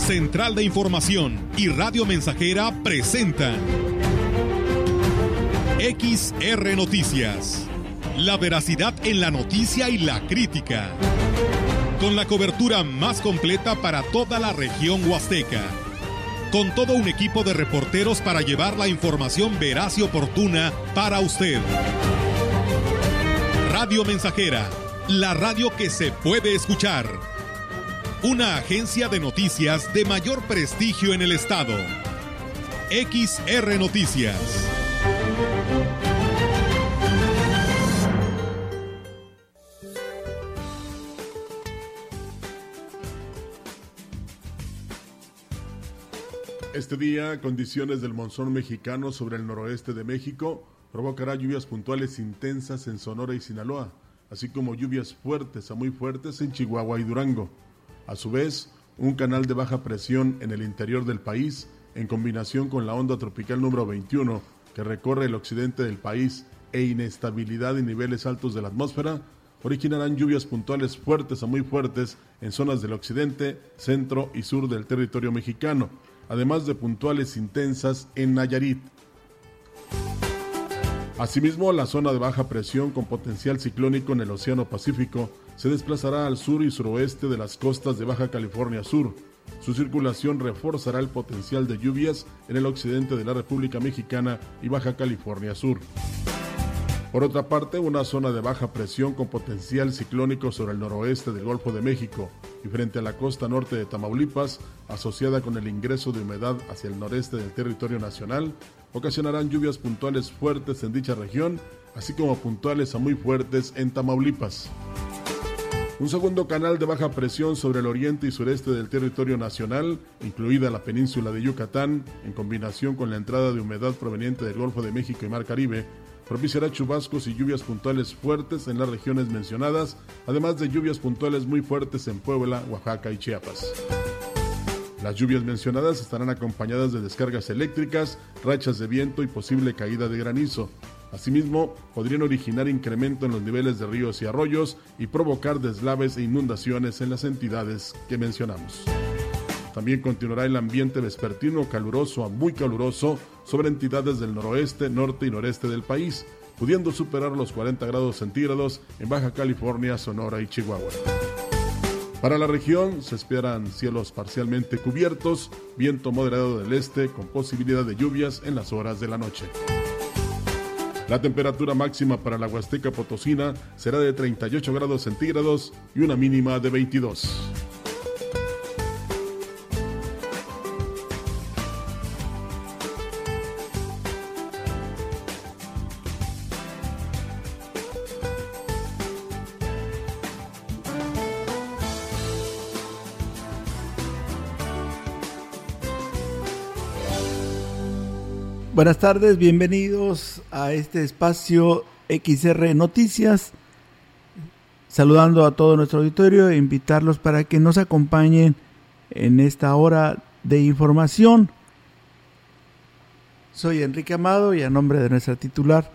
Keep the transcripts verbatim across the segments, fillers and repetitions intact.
Central de Información y Radio Mensajera presentan X R Noticias. La veracidad en la noticia y la crítica. Con la cobertura más completa para toda la región huasteca. Con todo un equipo de reporteros para llevar la información veraz y oportuna para usted. Radio Mensajera, la radio que se puede escuchar. Una agencia de noticias de mayor prestigio en el estado. X R Noticias. Este día, condiciones del monzón mexicano sobre el noroeste de México provocará lluvias puntuales intensas en Sonora y Sinaloa, así como lluvias fuertes a muy fuertes en Chihuahua y Durango. A su vez, un canal de baja presión en el interior del país, en combinación con la onda tropical número veintiuno, que recorre el occidente del país, e inestabilidad en niveles altos de la atmósfera, originarán lluvias puntuales fuertes a muy fuertes en zonas del occidente, centro y sur del territorio mexicano, además de puntuales intensas en Nayarit. Asimismo, la zona de baja presión con potencial ciclónico en el Océano Pacífico se desplazará al sur y suroeste de las costas de Baja California Sur. Su circulación reforzará el potencial de lluvias en el occidente de la República Mexicana y Baja California Sur. Por otra parte, una zona de baja presión con potencial ciclónico sobre el noroeste del Golfo de México y frente a la costa norte de Tamaulipas, asociada con el ingreso de humedad hacia el noreste del territorio nacional, ocasionarán lluvias puntuales fuertes en dicha región, así como puntuales a muy fuertes en Tamaulipas. Un segundo canal de baja presión sobre el oriente y sureste del territorio nacional, incluida la península de Yucatán, en combinación con la entrada de humedad proveniente del Golfo de México y Mar Caribe, propiciará chubascos y lluvias puntuales fuertes en las regiones mencionadas, además de lluvias puntuales muy fuertes en Puebla, Oaxaca y Chiapas. Las lluvias mencionadas estarán acompañadas de descargas eléctricas, rachas de viento y posible caída de granizo. Asimismo, podrían originar incremento en los niveles de ríos y arroyos y provocar deslaves e inundaciones en las entidades que mencionamos. También continuará el ambiente vespertino caluroso a muy caluroso sobre entidades del noroeste, norte y noreste del país, pudiendo superar los cuarenta grados centígrados en Baja California, Sonora y Chihuahua. Para la región se esperan cielos parcialmente cubiertos, viento moderado del este con posibilidad de lluvias en las horas de la noche. La temperatura máxima para la Huasteca Potosina será de treinta y ocho grados centígrados y una mínima de veintidós. Buenas tardes, bienvenidos a este espacio X R Noticias. Saludando a todo nuestro auditorio e invitarlos para que nos acompañen en esta hora de información. Soy Enrique Amado y a nombre de nuestra titular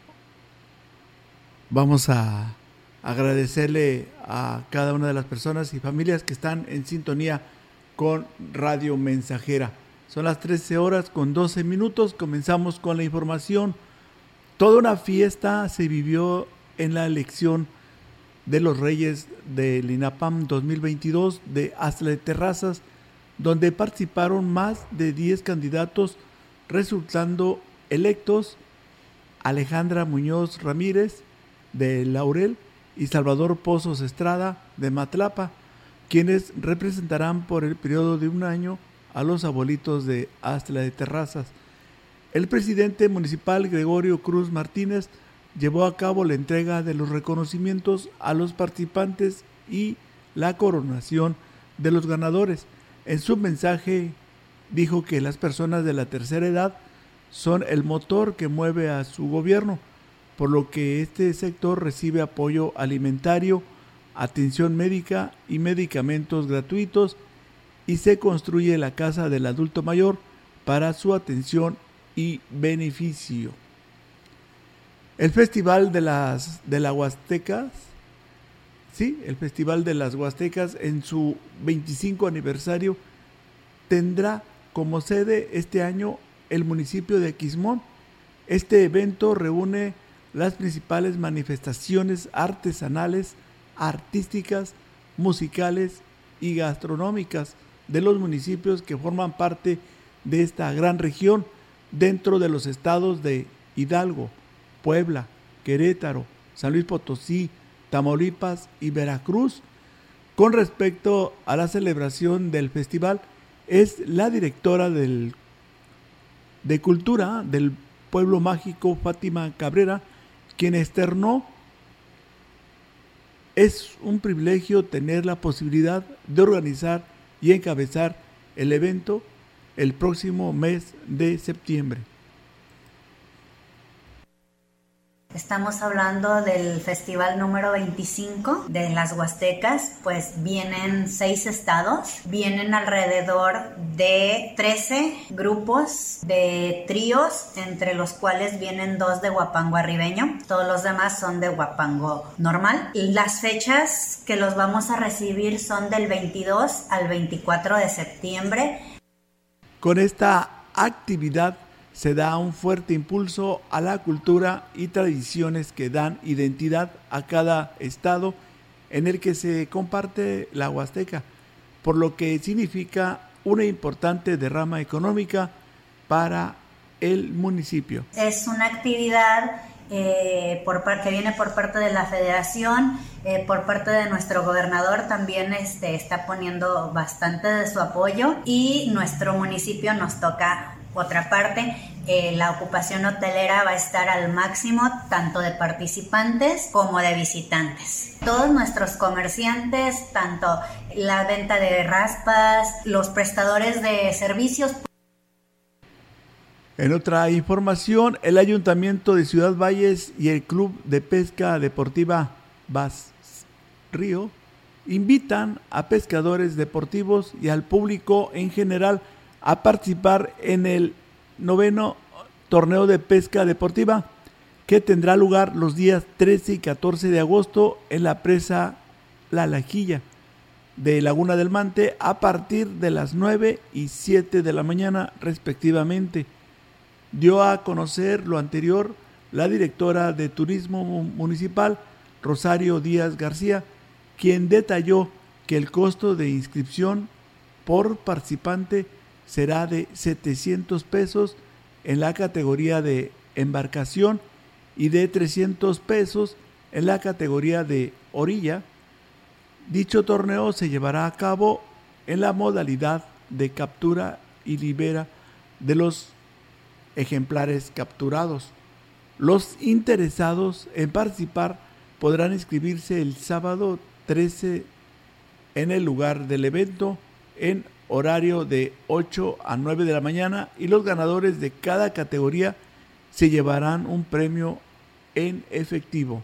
vamos a agradecerle a cada una de las personas y familias que están en sintonía con Radio Mensajera. Son las trece horas con doce minutos, comenzamos con la información. Toda una fiesta se vivió en la elección de los Reyes del INAPAM dos mil veintidós de Astla de Terrazas, donde participaron más de diez candidatos, resultando electos Alejandra Muñoz Ramírez de Laurel y Salvador Pozos Estrada de Matlapa, quienes representarán por el periodo de un año a los abuelitos de Astla de Terrazas. El presidente municipal Gregorio Cruz Martínez llevó a cabo la entrega de los reconocimientos a los participantes y la coronación de los ganadores. En su mensaje dijo que las personas de la tercera edad son el motor que mueve a su gobierno, por lo que este sector recibe apoyo alimentario, atención médica y medicamentos gratuitos, y se construye la Casa del Adulto Mayor para su atención y beneficio. El Festival de las de las Huastecas, sí, el Festival de las Huastecas en su veinticinco aniversario tendrá como sede este año el municipio de Aquismón. Este evento reúne las principales manifestaciones artesanales, artísticas, musicales y gastronómicas de los municipios que forman parte de esta gran región dentro de los estados de Hidalgo, Puebla, Querétaro, San Luis Potosí, Tamaulipas y Veracruz. Con respecto a la celebración del festival, es la directora del, de Cultura del Pueblo Mágico, Fátima Cabrera, quien externó: es un privilegio tener la posibilidad de organizar y encabezar el evento el próximo mes de septiembre. Estamos hablando del festival número veinticinco de las Huastecas, pues vienen seis estados, vienen alrededor de trece grupos de tríos, entre los cuales vienen dos de huapango arribeño, todos los demás son de huapango normal. Las fechas que los vamos a recibir son del veintidós al veinticuatro de septiembre. Con esta actividad se da un fuerte impulso a la cultura y tradiciones que dan identidad a cada estado en el que se comparte la Huasteca, por lo que significa una importante derrama económica para el municipio. Es una actividad eh, por par- que viene por parte de la Federación, eh, por parte de nuestro gobernador también este, está poniendo bastante de su apoyo, y nuestro municipio nos toca otra parte. Eh, la ocupación hotelera va a estar al máximo, tanto de participantes como de visitantes. Todos nuestros comerciantes, tanto la venta de raspas, los prestadores de servicios. En otra información, el Ayuntamiento de Ciudad Valles y el Club de Pesca Deportiva Bas Río invitan a pescadores deportivos y al público en general a participar en el noveno torneo de pesca deportiva, que tendrá lugar los días trece y catorce de agosto en la presa La Lajilla de Laguna del Mante, a partir de las nueve y siete de la mañana respectivamente. Dio a conocer lo anterior la directora de Turismo Municipal, Rosario Díaz García, quien detalló que el costo de inscripción por participante será de setecientos pesos en la categoría de embarcación y de trescientos pesos en la categoría de orilla. Dicho torneo se llevará a cabo en la modalidad de captura y libera de los ejemplares capturados. Los interesados en participar podrán inscribirse el sábado trece en el lugar del evento en horario de ocho a nueve de la mañana, y los ganadores de cada categoría se llevarán un premio en efectivo.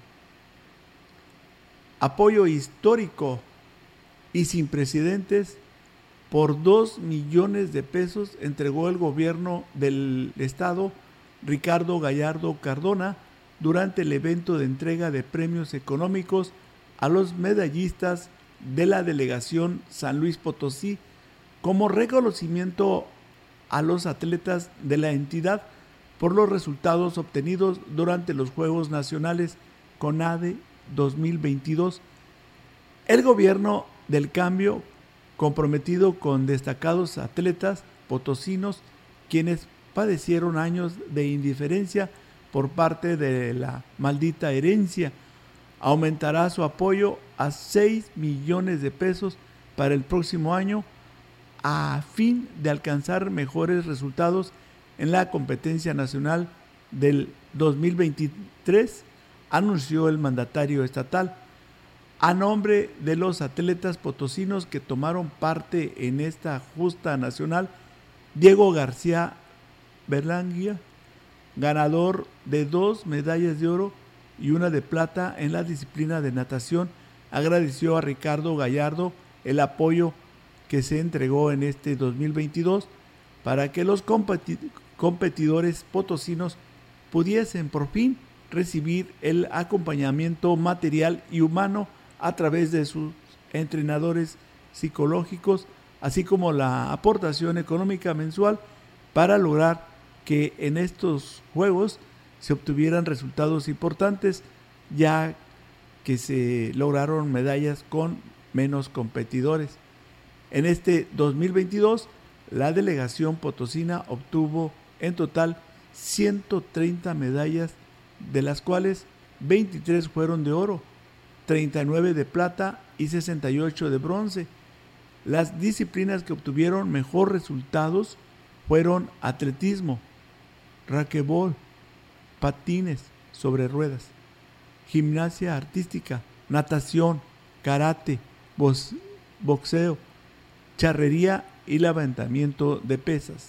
Apoyo histórico y sin precedentes por dos millones de pesos entregó el gobierno del estado Ricardo Gallardo Cardona durante el evento de entrega de premios económicos a los medallistas de la delegación San Luis Potosí, como reconocimiento a los atletas de la entidad por los resultados obtenidos durante los Juegos Nacionales CONADE dos mil veintidós. El gobierno del cambio, comprometido con destacados atletas potosinos, quienes padecieron años de indiferencia por parte de la maldita herencia, aumentará su apoyo a seis millones de pesos para el próximo año, a fin de alcanzar mejores resultados en la competencia nacional del dos mil veintitrés, anunció el mandatario estatal. A nombre de los atletas potosinos que tomaron parte en esta justa nacional, Diego García Berlanguia, ganador de dos medallas de oro y una de plata en la disciplina de natación, agradeció a Ricardo Gallardo el apoyo que se entregó en este dos mil veintidós para que los competi- competidores potosinos pudiesen por fin recibir el acompañamiento material y humano a través de sus entrenadores psicológicos, así como la aportación económica mensual para lograr que en estos Juegos se obtuvieran resultados importantes, ya que se lograron medallas con menos competidores. En este dos mil veintidós, la delegación potosina obtuvo en total ciento treinta medallas, de las cuales veintitrés fueron de oro, treinta y nueve de plata y sesenta y ocho de bronce. Las disciplinas que obtuvieron mejor resultados fueron atletismo, raquetbol, patines sobre ruedas, gimnasia artística, natación, karate, boxeo, charrería y levantamiento de pesas.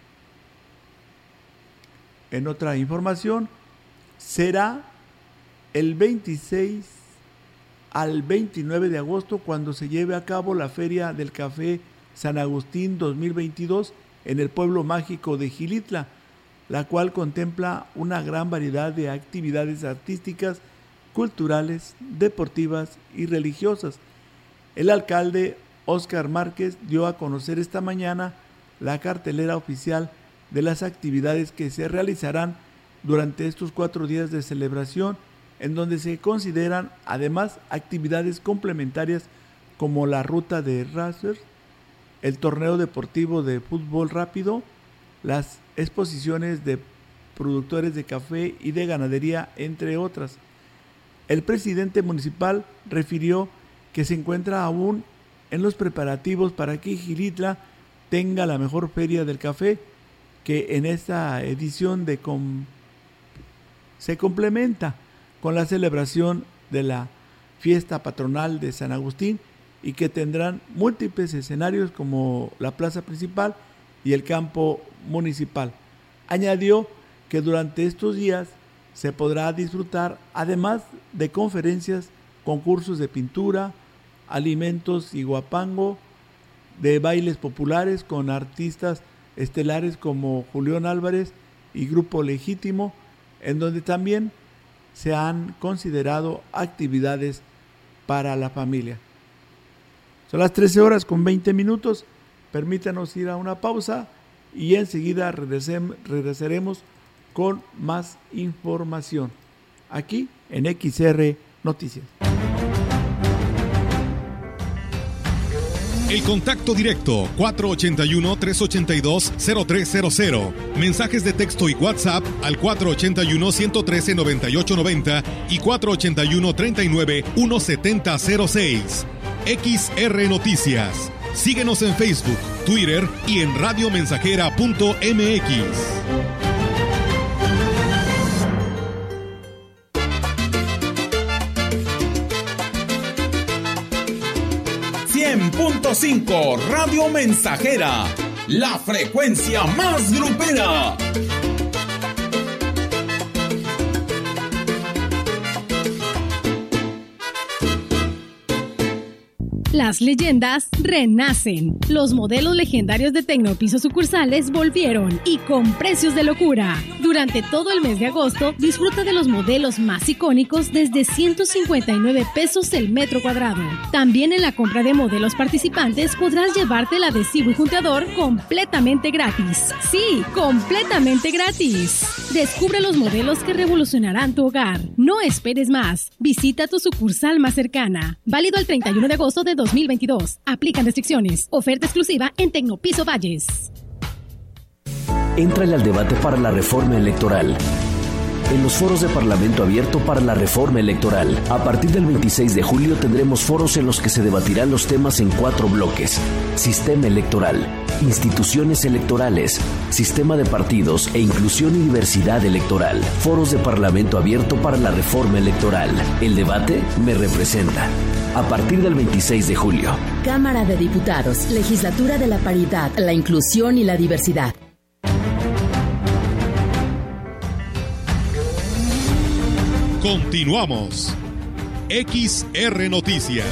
En otra información, será el veintiséis al veintinueve de agosto cuando se lleve a cabo la Feria del Café San Agustín dos mil veintidós en el pueblo mágico de Xilitla, la cual contempla una gran variedad de actividades artísticas, culturales, deportivas y religiosas. El alcalde Óscar Márquez dio a conocer esta mañana la cartelera oficial de las actividades que se realizarán durante estos cuatro días de celebración, en donde se consideran además actividades complementarias como la ruta de racers, el torneo deportivo de fútbol rápido, las exposiciones de productores de café y de ganadería, entre otras. El presidente municipal refirió que se encuentra aún en los preparativos para que Xilitla tenga la mejor feria del café, que en esta edición de com- se complementa con la celebración de la fiesta patronal de San Agustín y que tendrán múltiples escenarios como la plaza principal y el campo municipal. Añadió que durante estos días se podrá disfrutar, además de conferencias, concursos de pintura, alimentos y guapango, de bailes populares con artistas estelares como Julián Álvarez y Grupo Legítimo, en donde también se han considerado actividades para la familia. Son las trece horas con veinte minutos. Permítanos ir a una pausa y enseguida regresem- regresaremos con más información aquí en X R Noticias. El contacto directo cuatro ochenta y uno, trescientos ochenta y dos, cero tres cero cero. Mensajes de texto y WhatsApp al cuatro ochenta y uno, ciento trece, noventa y ocho noventa y cuatro ochenta y uno, treinta y nueve, ciento setenta cero seis. X R Noticias. Síguenos en Facebook, Twitter y en radiomensajera punto m x. cien punto cinco Radio Mensajera, la frecuencia más grupera. Las leyendas renacen. Los modelos legendarios de Tecnopiso sucursales volvieron y con precios de locura. Durante todo el mes de agosto, disfruta de los modelos más icónicos desde ciento cincuenta y nueve pesos el metro cuadrado. También en la compra de modelos participantes podrás llevarte el adhesivo y junteador completamente gratis. Sí, completamente gratis. Descubre los modelos que revolucionarán tu hogar. No esperes más. Visita tu sucursal más cercana. Válido el treinta y uno de agosto de dos mil veintidós. Aplican restricciones. Oferta exclusiva en Tecnopiso Valles. Éntrale al debate para la reforma electoral. En los foros de Parlamento Abierto para la Reforma Electoral. A partir del veintiséis de julio tendremos foros en los que se debatirán los temas en cuatro bloques: sistema electoral, instituciones electorales, sistema de partidos e inclusión y diversidad electoral. Foros de Parlamento Abierto para la Reforma Electoral. El debate me representa. A partir del veintiséis de julio. Cámara de Diputados, Legislatura de la Paridad, la Inclusión y la Diversidad. Continuamos. X R Noticias.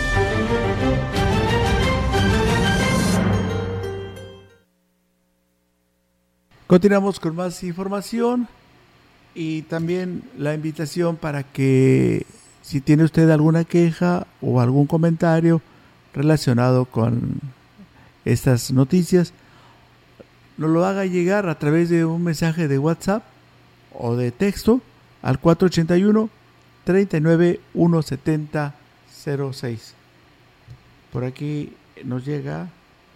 Continuamos con más información y también la invitación para que, si tiene usted alguna queja o algún comentario relacionado con estas noticias, nos lo haga llegar a través de un mensaje de WhatsApp o de texto al cuatro ochenta y uno, treinta y nueve, ciento setenta, cero seis. Por aquí nos llega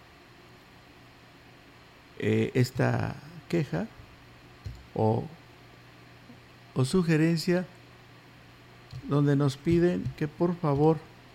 eh, esta queja o, o sugerencia donde nos piden que por favor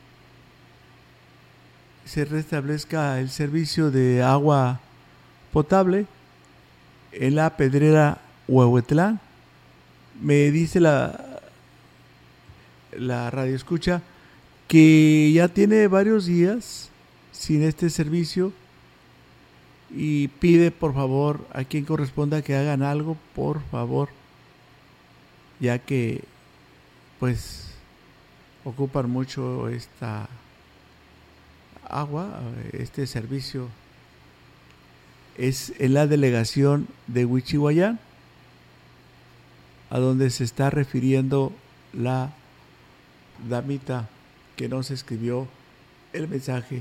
se restablezca el servicio de agua potable en la Pedrera Huehuetlán. Me dice la la radio escucha que ya tiene varios días sin este servicio y pide por favor a quien corresponda que hagan algo, por favor, ya que pues ocupan mucho esta agua. Este servicio es en la delegación de Huichihuayán, a donde se está refiriendo la damita que nos escribió el mensaje.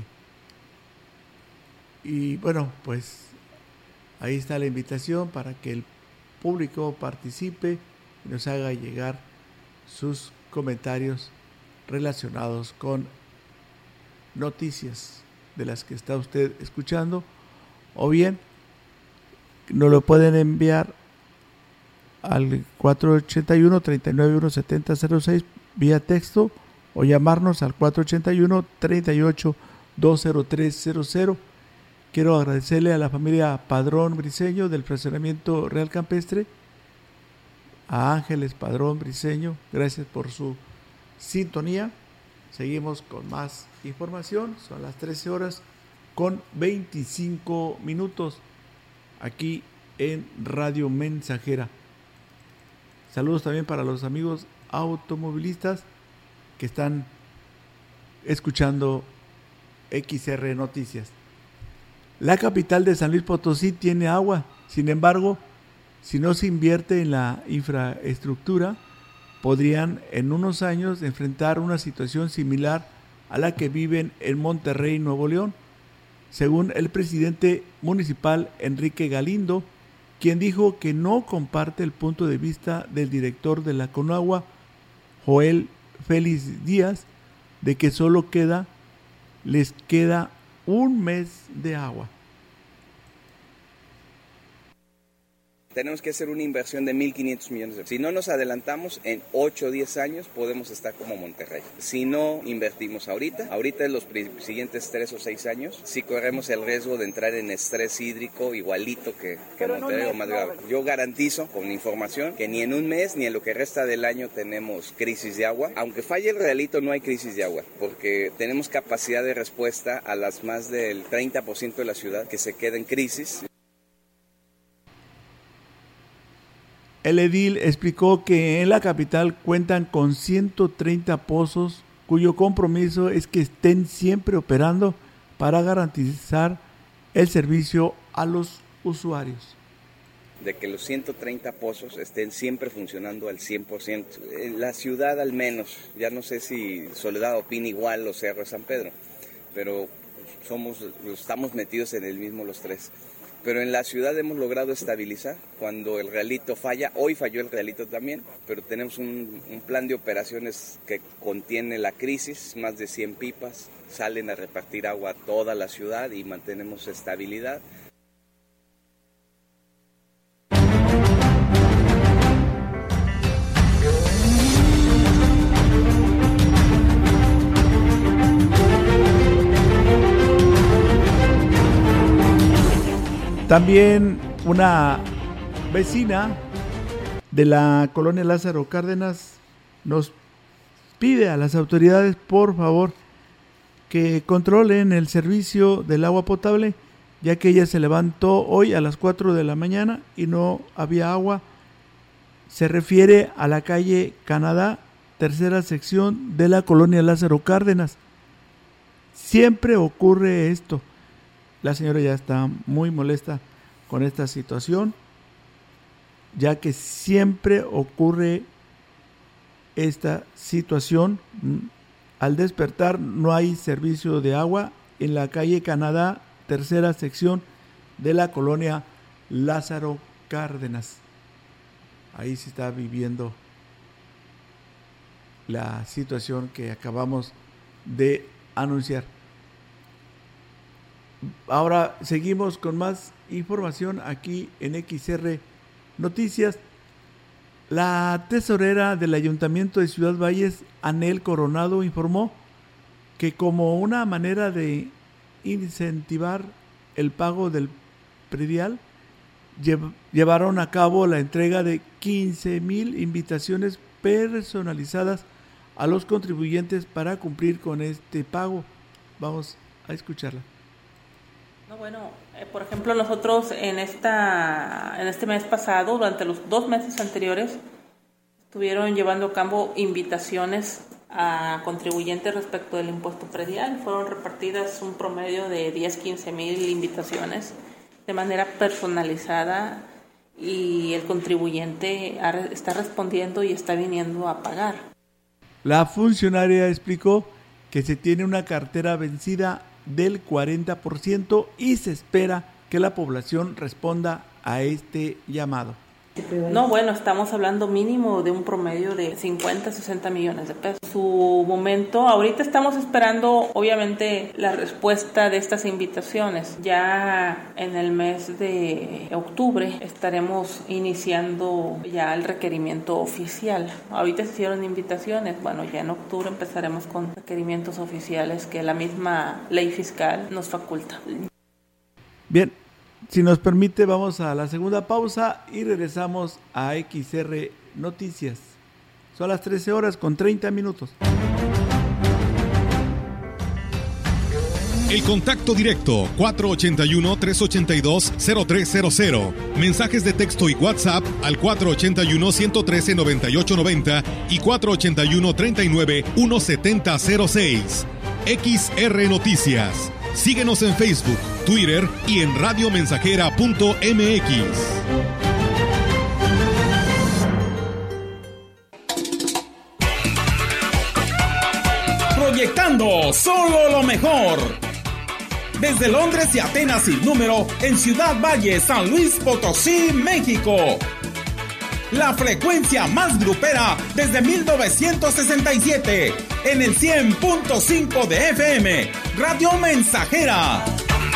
Y bueno, pues ahí está la invitación para que el público participe y nos haga llegar sus comentarios relacionados con noticias de las que está usted escuchando, o bien nos lo pueden enviar al cuatro ochenta y uno, treinta y nueve, ciento setenta, cero seis vía texto, o llamarnos al cuatro ochenta y uno, treinta y ocho, doscientos tres cero cero. Quiero agradecerle a la familia Padrón Briceño del Fraccionamiento Real Campestre, a Ángeles Padrón Briceño, gracias por su sintonía. Seguimos con más información, son las trece horas con veinticinco minutos aquí en Radio Mensajera. Saludos también para los amigos automovilistas que están escuchando X R Noticias. La capital de San Luis Potosí tiene agua, sin embargo, si no se invierte en la infraestructura, podrían en unos años enfrentar una situación similar a la que viven en Monterrey, Nuevo León, según el presidente municipal Enrique Galindo, quien dijo que no comparte el punto de vista del director de la Conagua, Joel Félix Díaz, de que solo queda, les queda un mes de agua. Tenemos que hacer una inversión de mil quinientos millones de pesos. Si no nos adelantamos, en ocho o diez años podemos estar como Monterrey. Si no invertimos ahorita, ahorita en los siguientes tres o seis años, sí corremos el riesgo de entrar en estrés hídrico igualito que, que Monterrey o más grave. Yo garantizo con información que ni en un mes ni en lo que resta del año tenemos crisis de agua. Aunque falle el realito, no hay crisis de agua, porque tenemos capacidad de respuesta a las más del treinta por ciento de la ciudad que se queda en crisis. El edil explicó que en la capital cuentan con ciento treinta pozos cuyo compromiso es que estén siempre operando para garantizar el servicio a los usuarios. De que los ciento treinta pozos estén siempre funcionando al cien por ciento. En la ciudad al menos, ya no sé si Soledad opina igual o Cerro de San Pedro, pero somos, estamos metidos en el mismo los tres. Pero en la ciudad hemos logrado estabilizar. Cuando el realito falla, hoy falló el realito también, pero tenemos un, un plan de operaciones que contiene la crisis, más de cien pipas, salen a repartir agua a toda la ciudad y mantenemos estabilidad. También una vecina de la colonia Lázaro Cárdenas nos pide a las autoridades, por favor, que controlen el servicio del agua potable, ya que ella se levantó hoy a las cuatro de la mañana y no había agua. Se refiere a la calle Canadá, tercera sección de la colonia Lázaro Cárdenas. Siempre ocurre esto. La señora ya está muy molesta con esta situación, ya que siempre ocurre esta situación. Al despertar no hay servicio de agua en la calle Canadá, tercera sección de la colonia Lázaro Cárdenas. Ahí se está viviendo la situación que acabamos de anunciar. Ahora seguimos con más información aquí en X R Noticias. La tesorera del Ayuntamiento de Ciudad Valles, Anel Coronado, informó que como una manera de incentivar el pago del predial, llevaron a cabo la entrega de quince mil invitaciones personalizadas a los contribuyentes para cumplir con este pago. Vamos a escucharla. No, bueno, eh, por ejemplo, nosotros en esta en este mes pasado, durante los dos meses anteriores, estuvieron llevando a cabo invitaciones a contribuyentes respecto del impuesto predial. Fueron repartidas un promedio de diez, quince mil invitaciones de manera personalizada y el contribuyente está respondiendo y está viniendo a pagar. La funcionaria explicó que se tiene una cartera vencida del cuarenta por ciento y se espera que la población responda a este llamado. No, bueno, estamos hablando mínimo de un promedio de cincuenta, sesenta millones de pesos. Su momento, ahorita estamos esperando obviamente la respuesta de estas invitaciones. Ya en el mes de octubre estaremos iniciando ya el requerimiento oficial. Ahorita se hicieron invitaciones, bueno, ya en octubre empezaremos con requerimientos oficiales que la misma ley fiscal nos faculta. Bien. Si nos permite, vamos a la segunda pausa y regresamos a X R Noticias. Son las trece horas con treinta minutos. El contacto directo cuatro ochenta y uno, trescientos ochenta y dos, cero tres cero cero. Mensajes de texto y WhatsApp al cuatro ochenta y uno, ciento trece, noventa y ocho noventa y cuatro ochenta y uno, treinta y nueve, ciento setenta cero seis. X R Noticias. Síguenos en Facebook, Twitter y en radiomensajera punto m x. Proyectando solo lo mejor. Desde Londres y Atenas sin número, en Ciudad Valle, San Luis Potosí, México. La frecuencia más grupera desde mil novecientos sesenta y siete, en el cien punto cinco de F M, Radio Mensajera.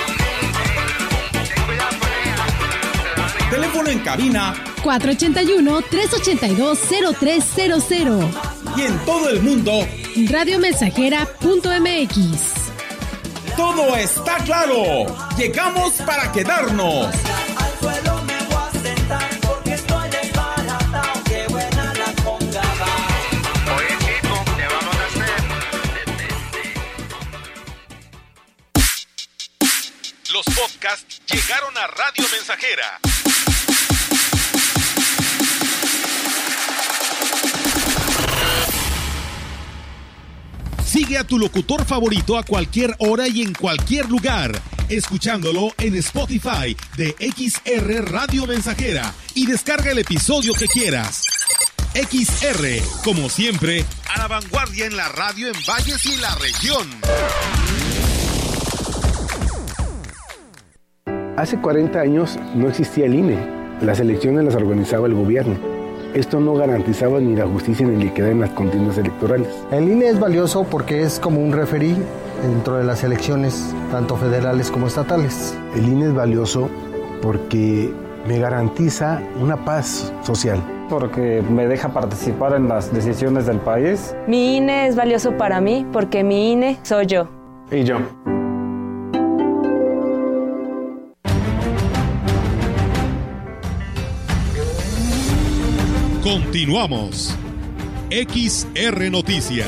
Teléfono en cabina cuatro ochenta y uno, trescientos ochenta y dos, cero tres cero cero. Y en todo el mundo, radiomensajera punto m x. Todo está claro. Llegamos para quedarnos. Los podcasts llegaron a Radio Mensajera. Sigue a tu locutor favorito a cualquier hora y en cualquier lugar, escuchándolo en Spotify de X R Radio Mensajera y descarga el episodio que quieras. X R, como siempre, a la vanguardia en la radio en Valles y en la región. Hace cuarenta años no existía el I N E. Las elecciones las organizaba el gobierno. Esto no garantizaba ni la justicia ni la equidad en las contiendas electorales. El I N E es valioso porque es como un referí dentro de las elecciones, tanto federales como estatales. El I N E es valioso porque me garantiza una paz social. Porque me deja participar en las decisiones del país. Mi I N E es valioso para mí porque mi I N E soy yo. Y yo. Continuamos. X R Noticias.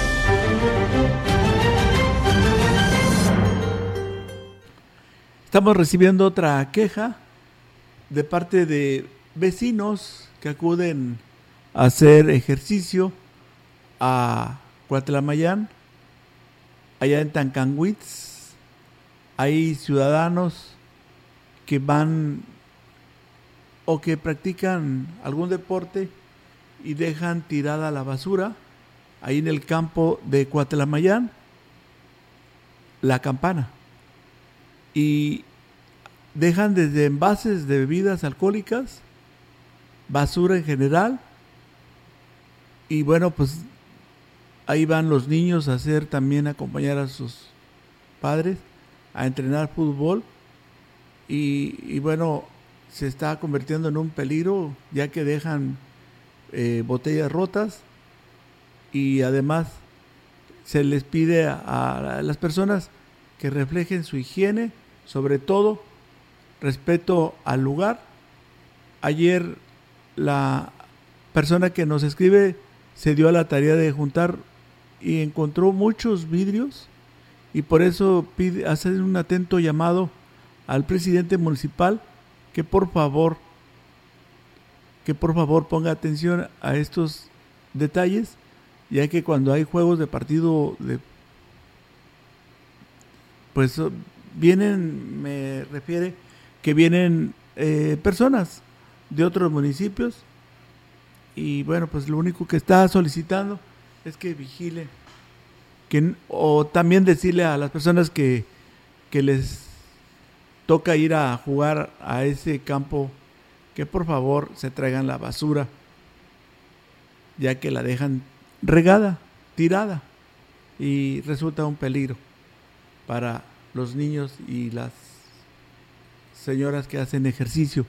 Estamos recibiendo otra queja de parte de vecinos que acuden a hacer ejercicio a Cuatlamayán, allá en Tancanwitz. Hay ciudadanos que van o que practican algún deporte y dejan tirada la basura ahí en el campo de Cuatlamayán, la campana. y dejan desde envases de bebidas alcohólicas, basura en general, y bueno, pues ahí van los niños a hacer también, acompañar a sus padres a entrenar fútbol, y, y bueno, se está convirtiendo en un peligro, ya que dejan eh, botellas rotas, y además se les pide a, a las personas que reflejen su higiene, sobre todo respeto al lugar. Ayer la persona que nos escribe se dio a la tarea de juntar y encontró muchos vidrios, y por eso pide, hace un atento llamado al presidente municipal que por favor que por favor ponga atención a estos detalles, ya que cuando hay juegos de partido de pues vienen, me refiere que vienen eh, personas de otros municipios, y bueno, pues lo único que está solicitando es que vigile, que, o también decirle a las personas que, que les toca ir a jugar a ese campo, que por favor se traigan la basura, ya que la dejan regada, tirada, y resulta un peligro para los niños y las señoras que hacen ejercicio.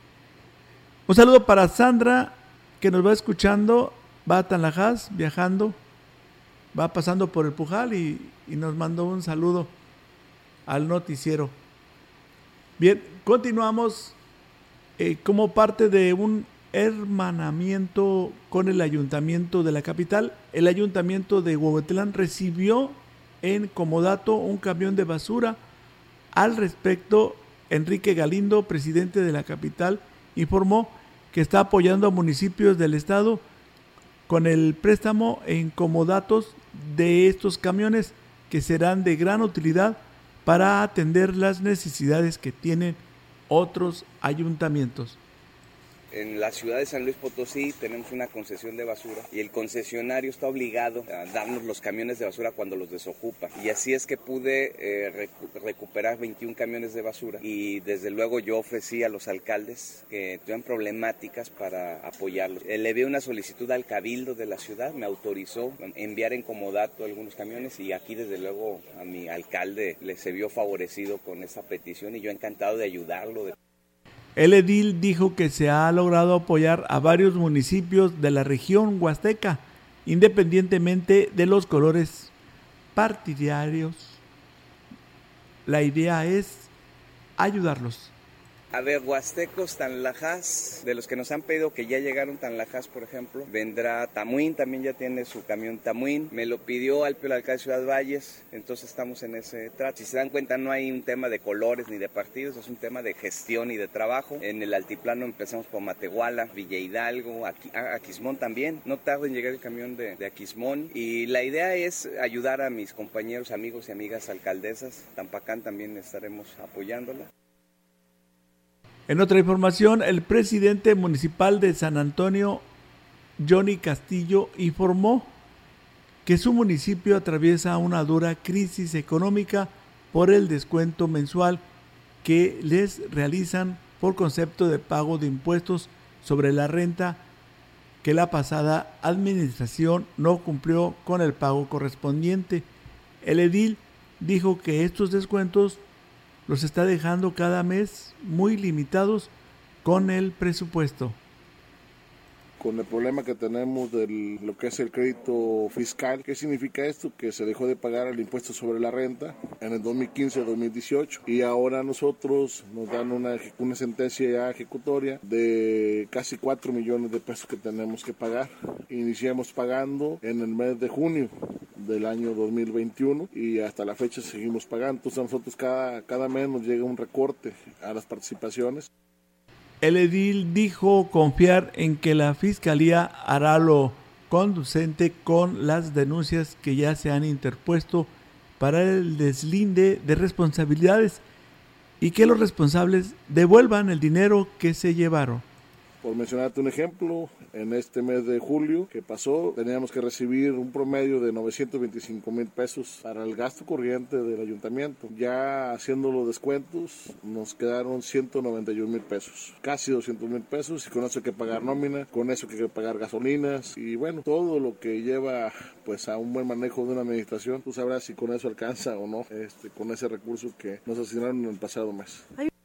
Un saludo para Sandra, que nos va escuchando, va a Tanlajas viajando, va pasando por el Pujal y, y nos mandó un saludo al noticiero. Bien, continuamos eh, como parte de un hermanamiento con el ayuntamiento de la capital. El ayuntamiento de Huehuetlán recibió en comodato un camión de basura. Al respecto, Enrique Galindo, presidente de la capital, informó que está apoyando a municipios del estado con el préstamo en comodatos de estos camiones, que serán de gran utilidad para atender las necesidades que tienen otros ayuntamientos. En la ciudad de San Luis Potosí tenemos una concesión de basura y el concesionario está obligado a darnos los camiones de basura cuando los desocupa. Y así es que pude eh, recu- recuperar veintiún camiones de basura, y desde luego yo ofrecí a los alcaldes que tuvieran problemáticas para apoyarlos. Eh, le envié una solicitud al cabildo de la ciudad, me autorizó enviar en comodato algunos camiones, y aquí desde luego a mi alcalde le se vio favorecido con esa petición, y yo encantado de ayudarlo. De... El edil dijo que se ha logrado apoyar a varios municipios de la región huasteca, independientemente de los colores partidarios. La idea es ayudarlos. A ver, huastecos, Tanlajas, de los que nos han pedido que ya llegaron, Tanlajas, por ejemplo, vendrá Tamuín, también ya tiene su camión Tamuín, me lo pidió Alpio, el alcalde de Ciudad Valles, entonces estamos en ese trato. Si se dan cuenta, no hay un tema de colores ni de partidos, es un tema de gestión y de trabajo. En el altiplano empezamos por Matehuala, Villa Hidalgo, Aqu- Aquismón también, no tarda en llegar el camión de, de Aquismón, y la idea es ayudar a mis compañeros, amigos y amigas alcaldesas. Tampacán también estaremos apoyándola. En otra información, el presidente municipal de San Antonio, Johnny Castillo, informó que su municipio atraviesa una dura crisis económica por el descuento mensual que les realizan por concepto de pago de impuestos sobre la renta, que la pasada administración no cumplió con el pago correspondiente. El edil dijo que estos descuentos los está dejando cada mes muy limitados con el presupuesto. Con el problema que tenemos de lo que es el crédito fiscal. ¿Qué significa esto? Que se dejó de pagar el impuesto sobre la renta en el dos mil quince dos mil dieciocho, y ahora nosotros nos dan una, una sentencia ya ejecutoria de casi cuatro millones de pesos que tenemos que pagar. Iniciamos pagando en el mes de junio del año dos mil veintiuno y hasta la fecha seguimos pagando. Entonces a nosotros cada, cada mes nos llega un recorte a las participaciones. El edil dijo confiar en que la Fiscalía hará lo conducente con las denuncias que ya se han interpuesto para el deslinde de responsabilidades y que los responsables devuelvan el dinero que se llevaron. Por mencionarte un ejemplo, en este mes de julio que pasó, teníamos que recibir un promedio de novecientos veinticinco mil pesos para el gasto corriente del ayuntamiento. Ya haciendo los descuentos, nos quedaron ciento noventa y un mil pesos, casi doscientos mil pesos, y con eso hay que pagar nómina, con eso hay que pagar gasolinas, y bueno, todo lo que lleva pues a un buen manejo de una administración. Tú sabrás si con eso alcanza o no, este, con ese recurso que nos asignaron en el pasado mes.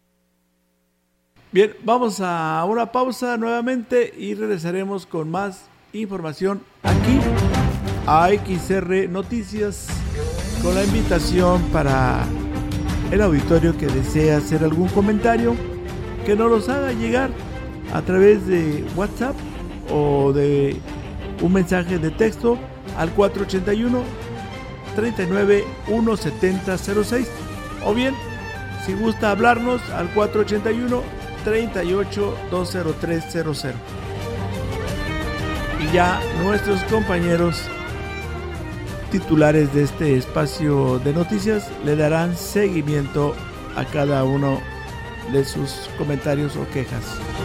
Bien, vamos a una pausa nuevamente y regresaremos con más información aquí a X R Noticias, con la invitación para el auditorio que desea hacer algún comentario, que nos los haga llegar a través de WhatsApp o de un mensaje de texto al cuatro ochenta y uno, treinta y nueve, ciento setenta cero seis, o bien si gusta hablarnos al cuatro ochenta y uno, treinta y ocho, doscientos tres cero cero. Y ya nuestros compañeros titulares de este espacio de noticias le darán seguimiento a cada uno de sus comentarios o quejas.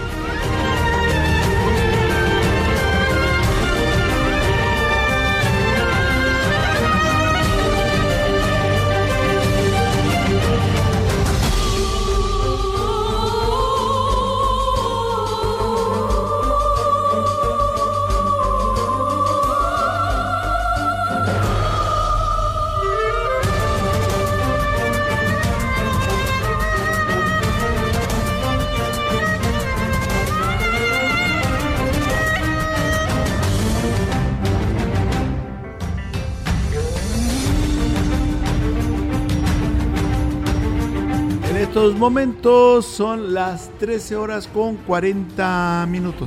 En estos momentos son las trece horas con cuarenta minutos.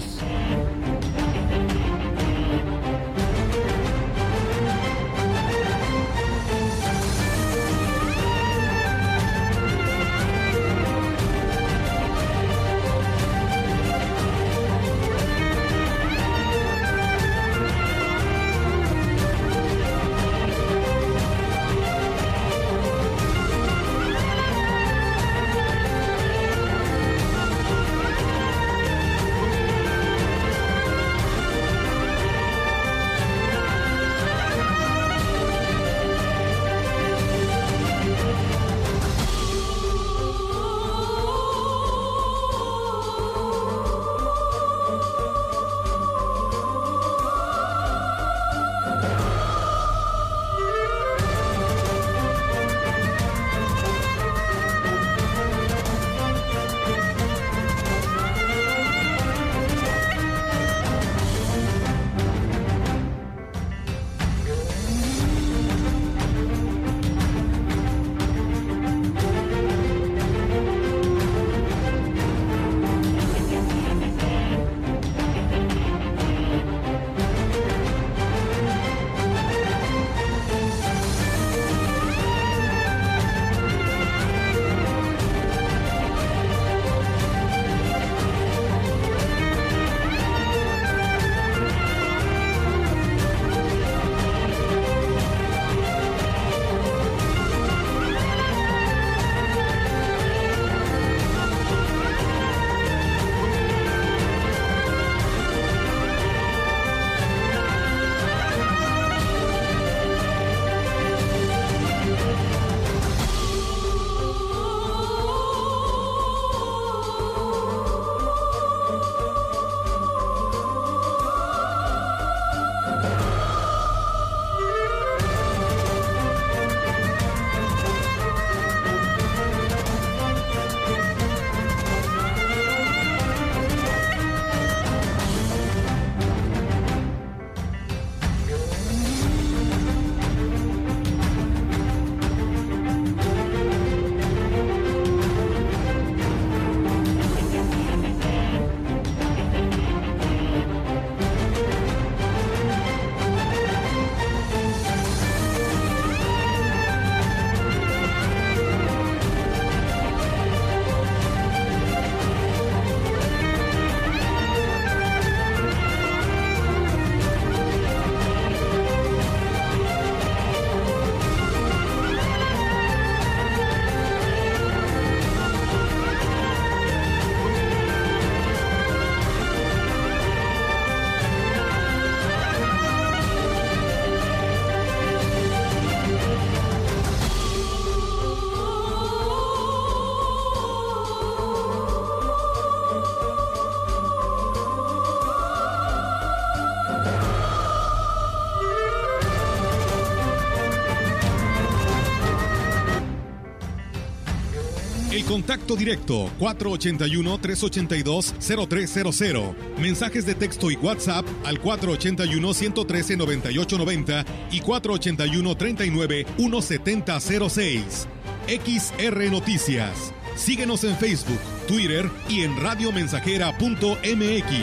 El contacto directo cuatro ocho uno, tres ocho dos, cero tres cero cero. Mensajes de texto y WhatsApp al cuatro ocho uno, uno uno tres, nueve ocho nueve cero y cuatro ocho uno, tres nueve, uno siete cero seis. X R Noticias. Síguenos en Facebook, Twitter y en radiomensajera punto m x.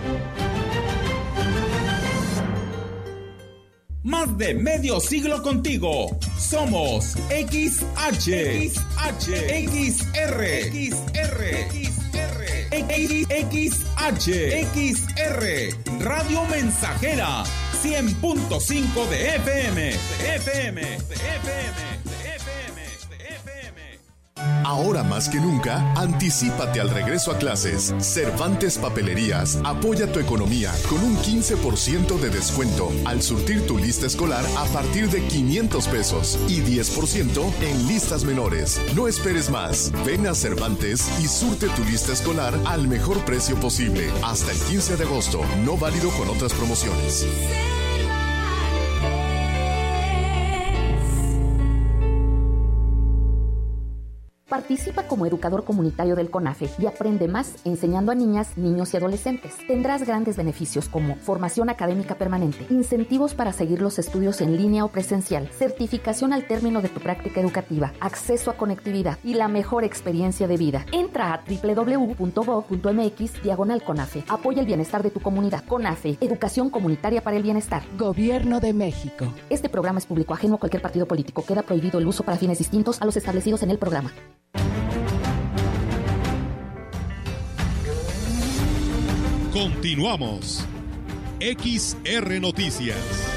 Más de medio siglo contigo. Somos X H, X H, X R, X R, X R, X H, X R, Radio Mensajera, cien punto cinco de F M, de F M, de F M, de F M, de F M. Ahora más que nunca, anticípate al regreso a clases. Cervantes Papelerías apoya tu economía con un quince por ciento de descuento al surtir tu lista escolar a partir de quinientos pesos y diez por ciento en listas menores. No esperes más. Ven a Cervantes y surte tu lista escolar al mejor precio posible. Hasta el quince de agosto, no válido con otras promociones. Participa como educador comunitario del CONAFE y aprende más enseñando a niñas, niños y adolescentes. Tendrás grandes beneficios como formación académica permanente, incentivos para seguir los estudios en línea o presencial, certificación al término de tu práctica educativa, acceso a conectividad y la mejor experiencia de vida. Entra a doble u doble u doble u punto gov punto m x diagonal CONAFE. Apoya el bienestar de tu comunidad. CONAFE, Educación Comunitaria para el Bienestar. Gobierno de México. Este programa es público ajeno a cualquier partido político. Queda prohibido el uso para fines distintos a los establecidos en el programa. Continuamos. X R Noticias.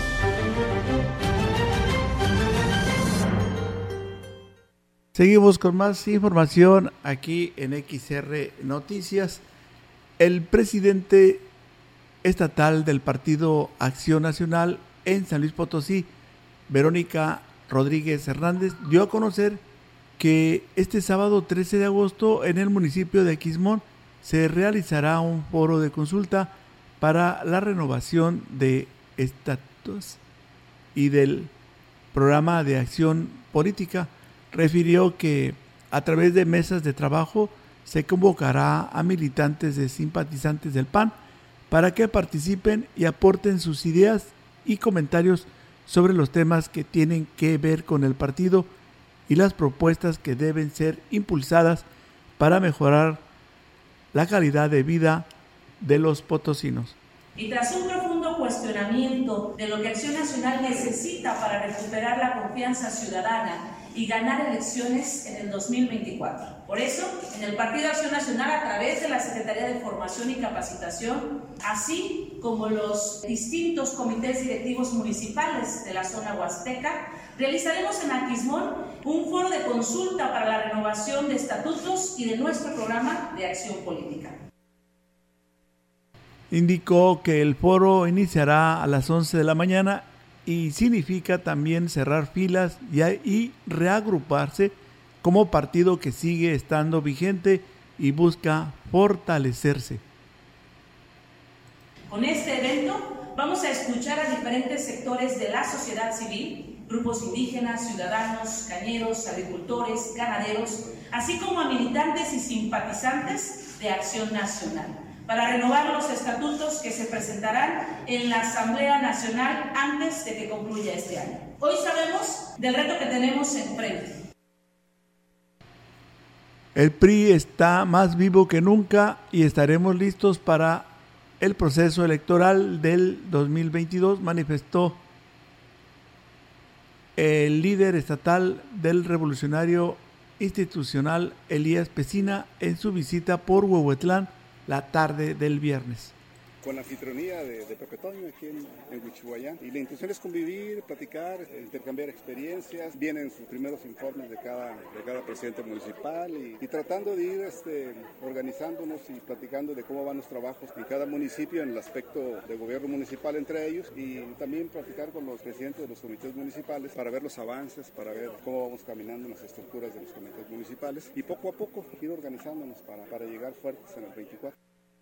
Seguimos con más información aquí en X R Noticias. El presidente estatal del Partido Acción Nacional en San Luis Potosí, Verónica Rodríguez Hernández, dio a conocer que este sábado trece de agosto en el municipio de Aquismón se realizará un foro de consulta para la renovación de estatutos y del programa de acción política. Refirió que a través de mesas de trabajo se convocará a militantes de simpatizantes del P A N para que participen y aporten sus ideas y comentarios sobre los temas que tienen que ver con el partido y las propuestas que deben ser impulsadas para mejorar la calidad de vida de los potosinos. Y tras un profundo cuestionamiento de lo que Acción Nacional necesita para recuperar la confianza ciudadana y ganar elecciones en el dos mil veinticuatro. Por eso, en el Partido Acción Nacional, a través de la Secretaría de Formación y Capacitación, así como los distintos comités directivos municipales de la zona huasteca, realizaremos en Aquismón un foro de consulta para la renovación de estatutos y de nuestro programa de acción política. Indicó que el foro iniciará a las once de la mañana y significa también cerrar filas y, y reagruparse como partido que sigue estando vigente y busca fortalecerse. Con este evento vamos a escuchar a diferentes sectores de la sociedad civil, grupos indígenas, ciudadanos, cañeros, agricultores, ganaderos, así como a militantes y simpatizantes de Acción Nacional, para renovar los estatutos que se presentarán en la Asamblea Nacional antes de que concluya este año. Hoy sabemos del reto que tenemos enfrente. El P R I está más vivo que nunca y estaremos listos para el proceso electoral del dos mil veintidós, manifestó el líder estatal del Revolucionario Institucional, Elías Pesina, en su visita por Huehuetlán la tarde del viernes. Con la anfitrionía de, de Pepe Toño aquí en, en Huichihuayán. Y la intención es convivir, platicar, intercambiar experiencias. Vienen sus primeros informes de cada, de cada presidente municipal y, y tratando de ir este, organizándonos y platicando de cómo van los trabajos en cada municipio en el aspecto de gobierno municipal entre ellos, y también platicar con los presidentes de los comités municipales para ver los avances, para ver cómo vamos caminando en las estructuras de los comités municipales y poco a poco ir organizándonos para, para llegar fuertes en el veinticuatro.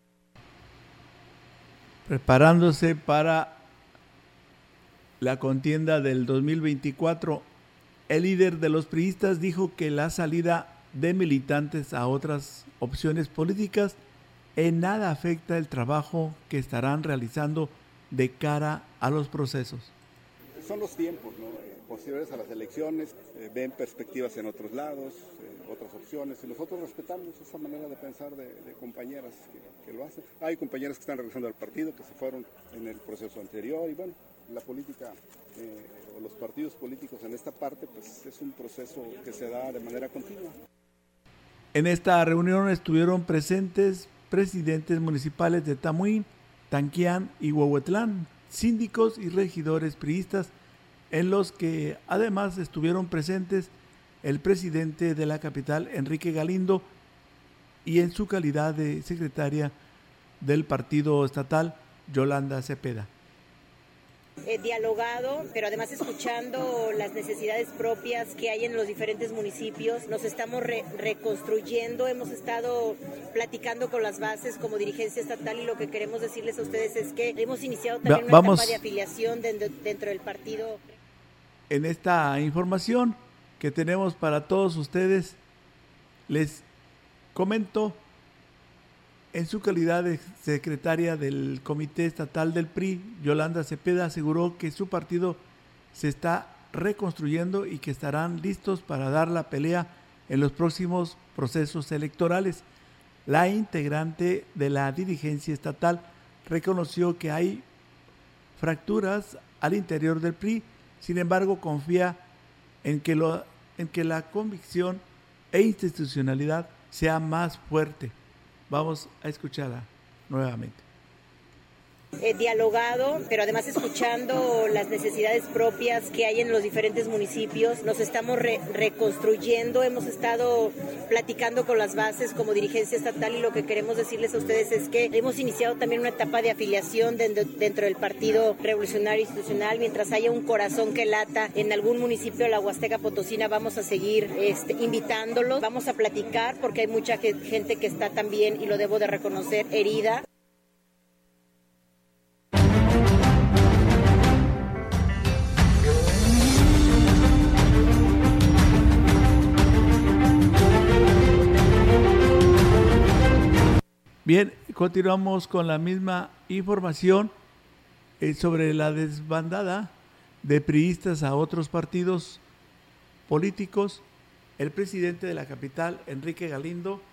Preparándose para la contienda del dos mil veinticuatro, el líder de los priistas dijo que la salida de militantes a otras opciones políticas, en nada afecta el trabajo que estarán realizando de cara a los procesos. Son los tiempos, ¿no? Eh, posteriores a las elecciones, eh, ven perspectivas en otros lados, eh, otras opciones, y nosotros respetamos esa manera de pensar de, de compañeras que, que lo hacen. Hay compañeras que están regresando al partido, que se fueron en el proceso anterior, y bueno, la política eh, o los partidos políticos en esta parte, pues es un proceso que se da de manera continua. En esta reunión estuvieron presentes presidentes municipales de Tamuín, Tanquián y Huehuetlán, síndicos y regidores priistas, en los que además estuvieron presentes el presidente de la capital, Enrique Galindo, y en su calidad de secretaria del partido estatal, Yolanda Cepeda. Eh, dialogado, pero además escuchando las necesidades propias que hay en los diferentes municipios. Nos estamos re- reconstruyendo, hemos estado platicando con las bases como dirigencia estatal, y lo que queremos decirles a ustedes es que hemos iniciado también una Vamos. etapa de afiliación dentro, dentro del partido. En esta información que tenemos para todos ustedes, les comento, en su calidad de secretaria del Comité Estatal del P R I, Yolanda Cepeda aseguró que su partido se está reconstruyendo y que estarán listos para dar la pelea en los próximos procesos electorales. La integrante de la dirigencia estatal reconoció que hay fracturas al interior del P R I, sin embargo confía en que, lo, en que la convicción e institucionalidad sea más fuerte. Vamos a escucharla nuevamente. Eh, dialogado, pero además escuchando las necesidades propias que hay en los diferentes municipios. Nos estamos re- reconstruyendo, hemos estado platicando con las bases como dirigencia estatal, y lo que queremos decirles a ustedes es que hemos iniciado también una etapa de afiliación dentro, dentro del Partido Revolucionario Institucional. Mientras haya un corazón que lata en algún municipio de la Huasteca Potosina, vamos a seguir este, invitándolos, vamos a platicar, porque hay mucha gente que está también, y lo debo de reconocer, herida. Bien, continuamos con la misma información eh, sobre la desbandada de priistas a otros partidos políticos. El presidente de la capital, Enrique Galindo,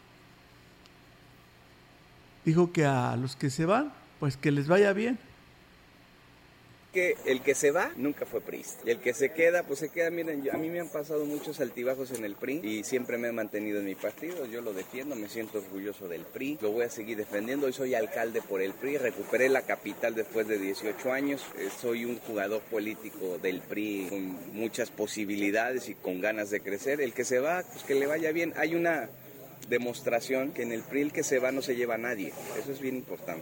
dijo que a los que se van, pues que les vaya bien. Que el que se va nunca fue priista, y el que se queda, pues se queda. Miren, yo, a mí me han pasado muchos altibajos en el P R I y siempre me he mantenido en mi partido. Yo lo defiendo, me siento orgulloso del P R I, lo voy a seguir defendiendo. Hoy soy alcalde por el P R I, recuperé la capital después de dieciocho años, eh, soy un jugador político del P R I con muchas posibilidades y con ganas de crecer. El que se va, pues que le vaya bien. Hay una demostración que en el P R I el que se va no se lleva a nadie, eso es bien importante.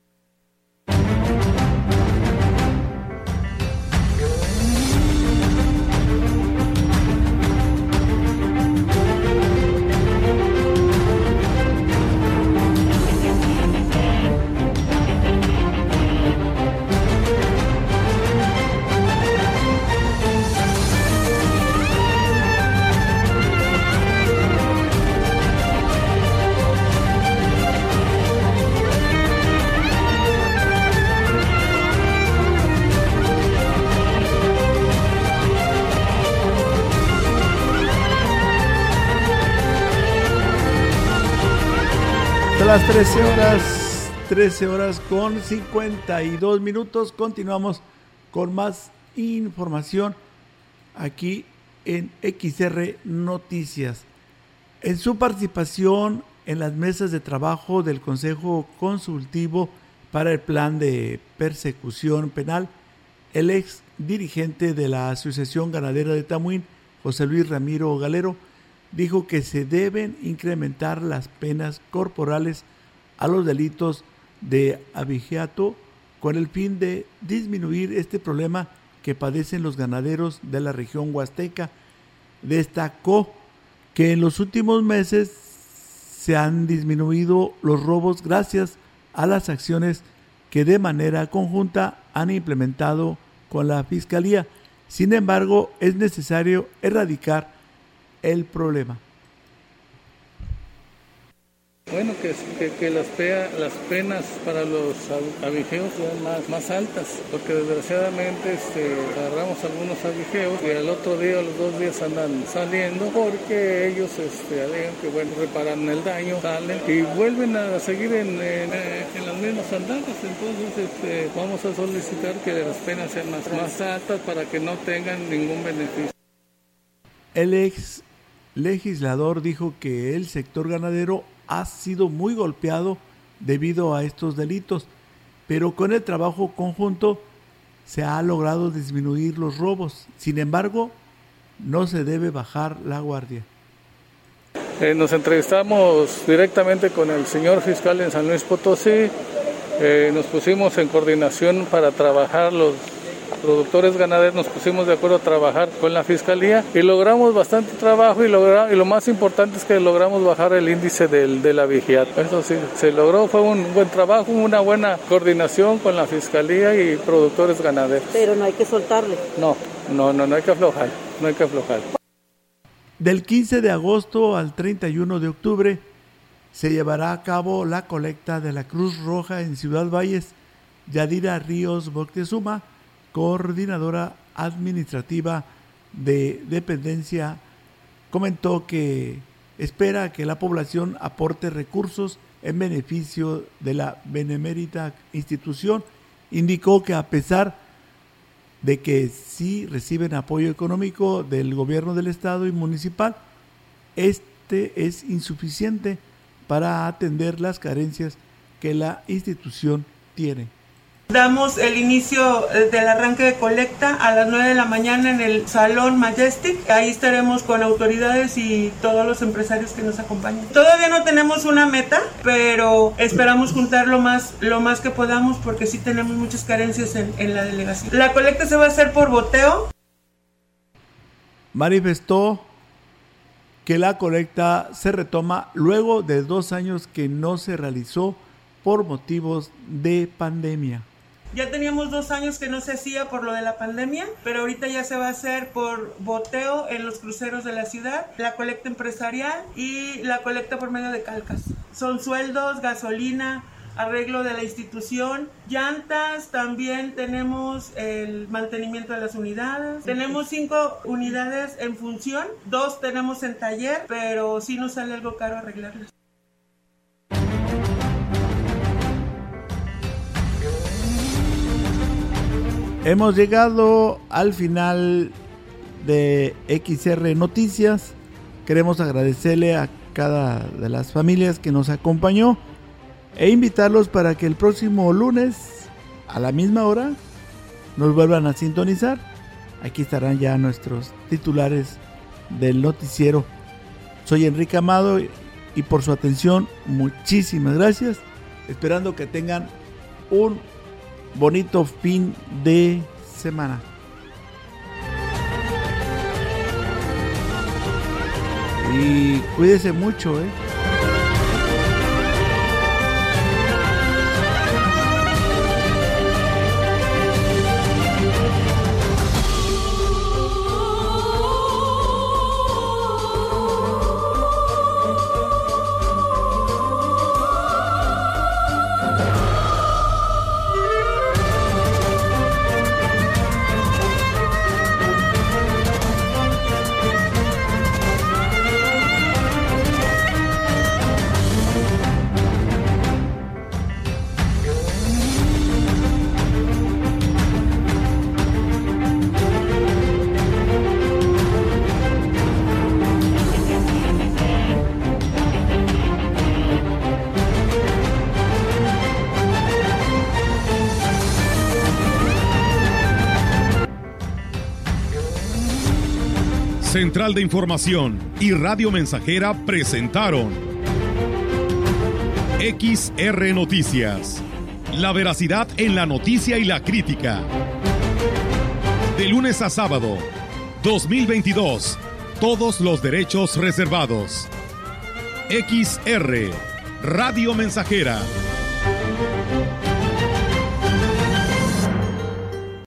Las trece horas, trece horas con cincuenta y dos minutos. Continuamos con más información aquí en X R Noticias. En su participación en las mesas de trabajo del Consejo Consultivo para el Plan de Persecución Penal, el ex dirigente de la Asociación Ganadera de Tamuín, José Luis Ramiro Galero, dijo que se deben incrementar las penas corporales a los delitos de abigeato con el fin de disminuir este problema que padecen los ganaderos de la región huasteca. Destacó que en los últimos meses se han disminuido los robos gracias a las acciones que de manera conjunta han implementado con la Fiscalía. Sin embargo, es necesario erradicar el problema. Bueno, que, que, que las, pea, las penas para los abigeos sean más, más altas, porque desgraciadamente este, agarramos algunos abigeos y al otro día o los dos días andan saliendo porque ellos este, alegan que bueno, reparan el daño, salen y vuelven a seguir en, en, en las mismas andadas. Entonces este, vamos a solicitar que las penas sean más, más altas para que no tengan ningún beneficio. El ex legislador dijo que el sector ganadero ha sido muy golpeado debido a estos delitos, pero con el trabajo conjunto se ha logrado disminuir los robos. Sin embargo, no se debe bajar la guardia. Eh, nos entrevistamos directamente con el señor fiscal en San Luis Potosí. Eh, nos pusimos en coordinación para trabajar los productores ganaderos, nos pusimos de acuerdo a trabajar con la fiscalía y logramos bastante trabajo y, logra, y lo más importante es que logramos bajar el índice del, de la vigiato. Eso sí, se logró, fue un buen trabajo, una buena coordinación con la fiscalía y productores ganaderos. Pero no hay que soltarle. No, no, no, no hay que aflojar, no hay que aflojar. Del quince de agosto al treinta y uno de octubre se llevará a cabo la colecta de la Cruz Roja en Ciudad Valles. Yadira Ríos Moctezuma, coordinadora administrativa de dependencia, comentó que espera que la población aporte recursos en beneficio de la benemérita institución. Indicó que a pesar de que sí reciben apoyo económico del gobierno del estado y municipal, este es insuficiente para atender las carencias que la institución tiene. Damos el inicio del arranque de colecta a las nueve de la mañana en el Salón Majestic. Ahí estaremos con autoridades y todos los empresarios que nos acompañan. Todavía no tenemos una meta, pero esperamos juntar lo más, lo más que podamos porque sí tenemos muchas carencias en, en la delegación. La colecta se va a hacer por boteo. Manifestó que la colecta se retoma luego de dos años que no se realizó por motivos de pandemia. Ya teníamos dos años que no se hacía por lo de la pandemia, pero ahorita ya se va a hacer por boteo en los cruceros de la ciudad, la colecta empresarial y la colecta por medio de calcas. Son sueldos, gasolina, arreglo de la institución, llantas, también tenemos el mantenimiento de las unidades. Tenemos cinco unidades en función, dos tenemos en taller, pero sí nos sale algo caro arreglarlas. Hemos llegado al final de X R Noticias. Queremos agradecerle a cada de las familias que nos acompañó e invitarlos para que el próximo lunes a la misma hora nos vuelvan a sintonizar. Aquí estarán ya nuestros titulares del noticiero. Soy Enrique Amado y por su atención muchísimas gracias. Esperando que tengan un bonito fin de semana. Y cuídese mucho, ¿eh? Central de Información y Radio Mensajera presentaron X R Noticias. La veracidad en la noticia y la crítica. De lunes a sábado, dos mil veintidós. Todos los derechos reservados. X R, Radio Mensajera.